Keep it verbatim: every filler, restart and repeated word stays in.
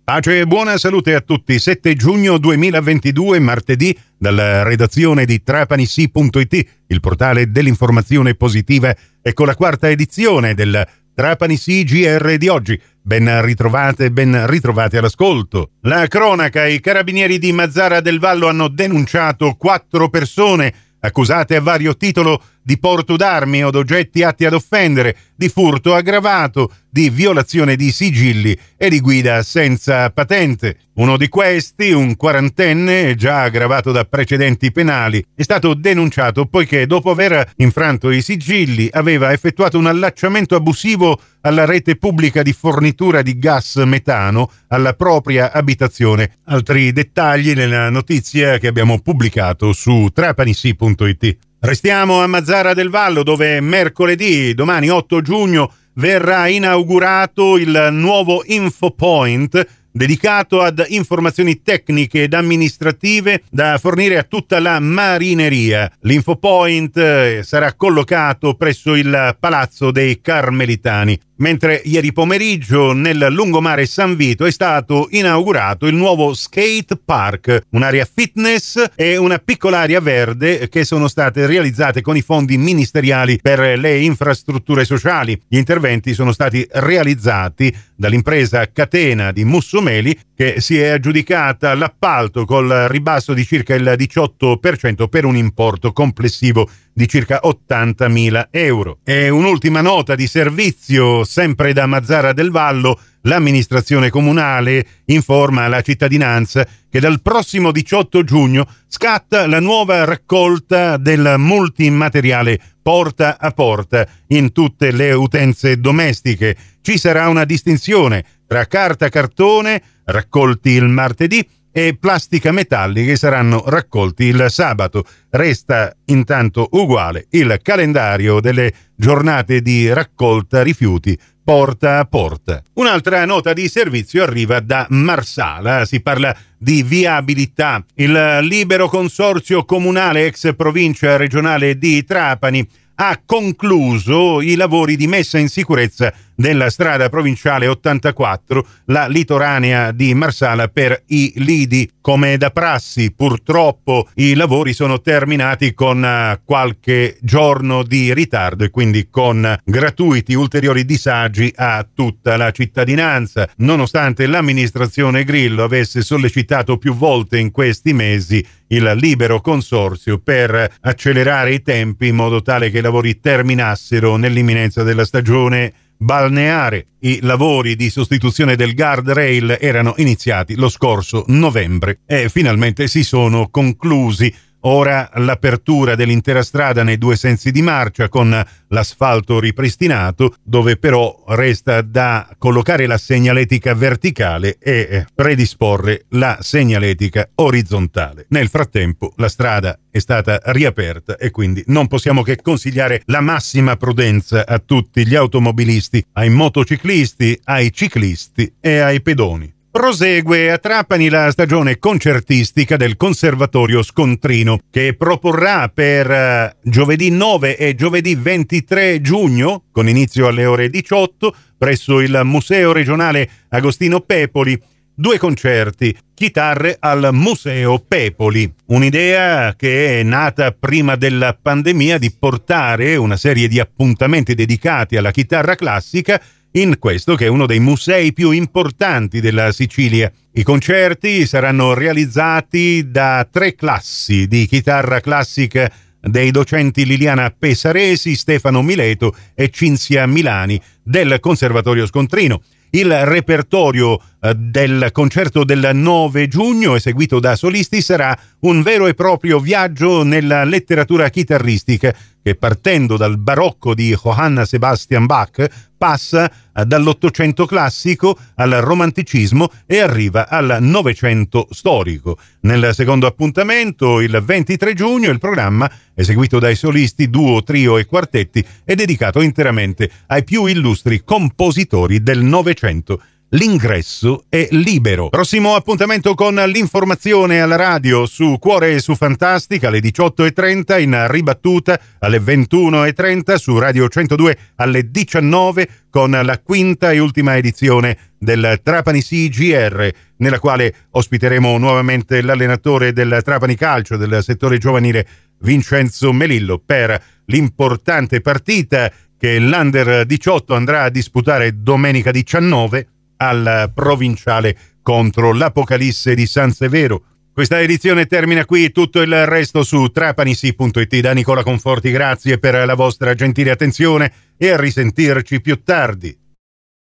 Pace e buona salute a tutti. sette giugno duemilaventidue, martedì, dalla redazione di Trapanissi punto it, il portale dell'informazione positiva, e con la quarta edizione del Trapanissi G R di oggi. Ben ritrovate, ben ritrovate all'ascolto. La cronaca: i carabinieri di Mazara del Vallo hanno denunciato quattro persone accusate a vario titolo di porto d'armi o d'oggetti atti ad offendere, di furto aggravato, di violazione di sigilli e di guida senza patente. Uno di questi, un quarantenne, già aggravato da precedenti penali, è stato denunciato poiché, dopo aver infranto i sigilli, aveva effettuato un allacciamento abusivo alla rete pubblica di fornitura di gas metano alla propria abitazione. Altri dettagli nella notizia che abbiamo pubblicato su Trapanissi punto it. Restiamo a Mazara del Vallo, dove mercoledì, domani otto giugno, verrà inaugurato il nuovo InfoPoint dedicato ad informazioni tecniche ed amministrative da fornire a tutta la marineria. L'InfoPoint sarà collocato presso il Palazzo dei Carmelitani, mentre ieri pomeriggio nel lungomare San Vito è stato inaugurato il nuovo Skate Park, un'area fitness e una piccola area verde che sono state realizzate con i fondi ministeriali per le infrastrutture sociali. Gli interventi sono stati realizzati dall'impresa Catena di Mussomeli, che si è aggiudicata l'appalto col ribasso di circa il diciotto per cento per un importo complessivo di circa ottantamila euro. E un'ultima nota di servizio, sempre da Mazara del Vallo: l'amministrazione comunale informa la cittadinanza che dal prossimo diciotto giugno scatta la nuova raccolta del multimateriale porta a porta in tutte le utenze domestiche. Ci sarà una distinzione tra carta cartone, raccolti il martedì, e plastica metallica, che saranno raccolti il sabato. Resta intanto uguale il calendario delle giornate di raccolta rifiuti porta a porta. Un'altra nota di servizio arriva da Marsala, si parla di viabilità. Il libero consorzio comunale ex provincia regionale di Trapani ha concluso i lavori di messa in sicurezza della strada provinciale ottantaquattro, la litoranea di Marsala, per i lidi. Come da prassi, purtroppo i lavori sono terminati con uh, qualche giorno di ritardo e quindi con gratuiti ulteriori disagi a tutta la cittadinanza, nonostante l'amministrazione Grillo avesse sollecitato più volte in questi mesi il libero consorzio per accelerare i tempi in modo tale che i lavori terminassero nell'imminenza della stagione balneare. I lavori di sostituzione del guardrail erano iniziati lo scorso novembre e finalmente si sono conclusi. Ora l'apertura dell'intera strada nei due sensi di marcia con l'asfalto ripristinato, dove però resta da collocare la segnaletica verticale e predisporre la segnaletica orizzontale. Nel frattempo la strada è stata riaperta e quindi non possiamo che consigliare la massima prudenza a tutti gli automobilisti, ai motociclisti, ai ciclisti e ai pedoni. Prosegue a Trapani la stagione concertistica del Conservatorio Scontrino, che proporrà per uh, giovedì nove e giovedì ventitré giugno, con inizio alle ore diciotto, presso il Museo Regionale Agostino Pepoli, due concerti, chitarre al Museo Pepoli. Un'idea che è nata prima della pandemia di portare una serie di appuntamenti dedicati alla chitarra classica in questo che è uno dei musei più importanti della Sicilia. I concerti saranno realizzati da tre classi di chitarra classica dei docenti Liliana Pesaresi, Stefano Mileto e Cinzia Milani del Conservatorio Scontrino. Il repertorio eh, del concerto del nove giugno, eseguito da solisti, sarà un vero e proprio viaggio nella letteratura chitarristica che, partendo dal barocco di Johann Sebastian Bach, passa dall'Ottocento classico al romanticismo e arriva al Novecento storico. Nel secondo appuntamento, il ventitré giugno, il programma, eseguito dai solisti, duo, trio e quartetti, è dedicato interamente ai più illustri compositori del Novecento. l'ingresso è libero. Prossimo appuntamento con l'informazione alla radio su Cuore e su Fantastica alle diciotto e trenta, in ribattuta alle ventuno e trenta su Radio centodue alle diciannove con la quinta e ultima edizione del Trapani C G R, nella quale ospiteremo nuovamente l'allenatore del Trapani Calcio del settore giovanile Vincenzo Melillo per l'importante partita che l'Under diciotto andrà a disputare domenica diciannove al provinciale contro l'Apocalisse di San Severo. Questa edizione termina qui, tutto il resto su trapanisi punto it. Da Nicola Conforti grazie per la vostra gentile attenzione e a risentirci più tardi.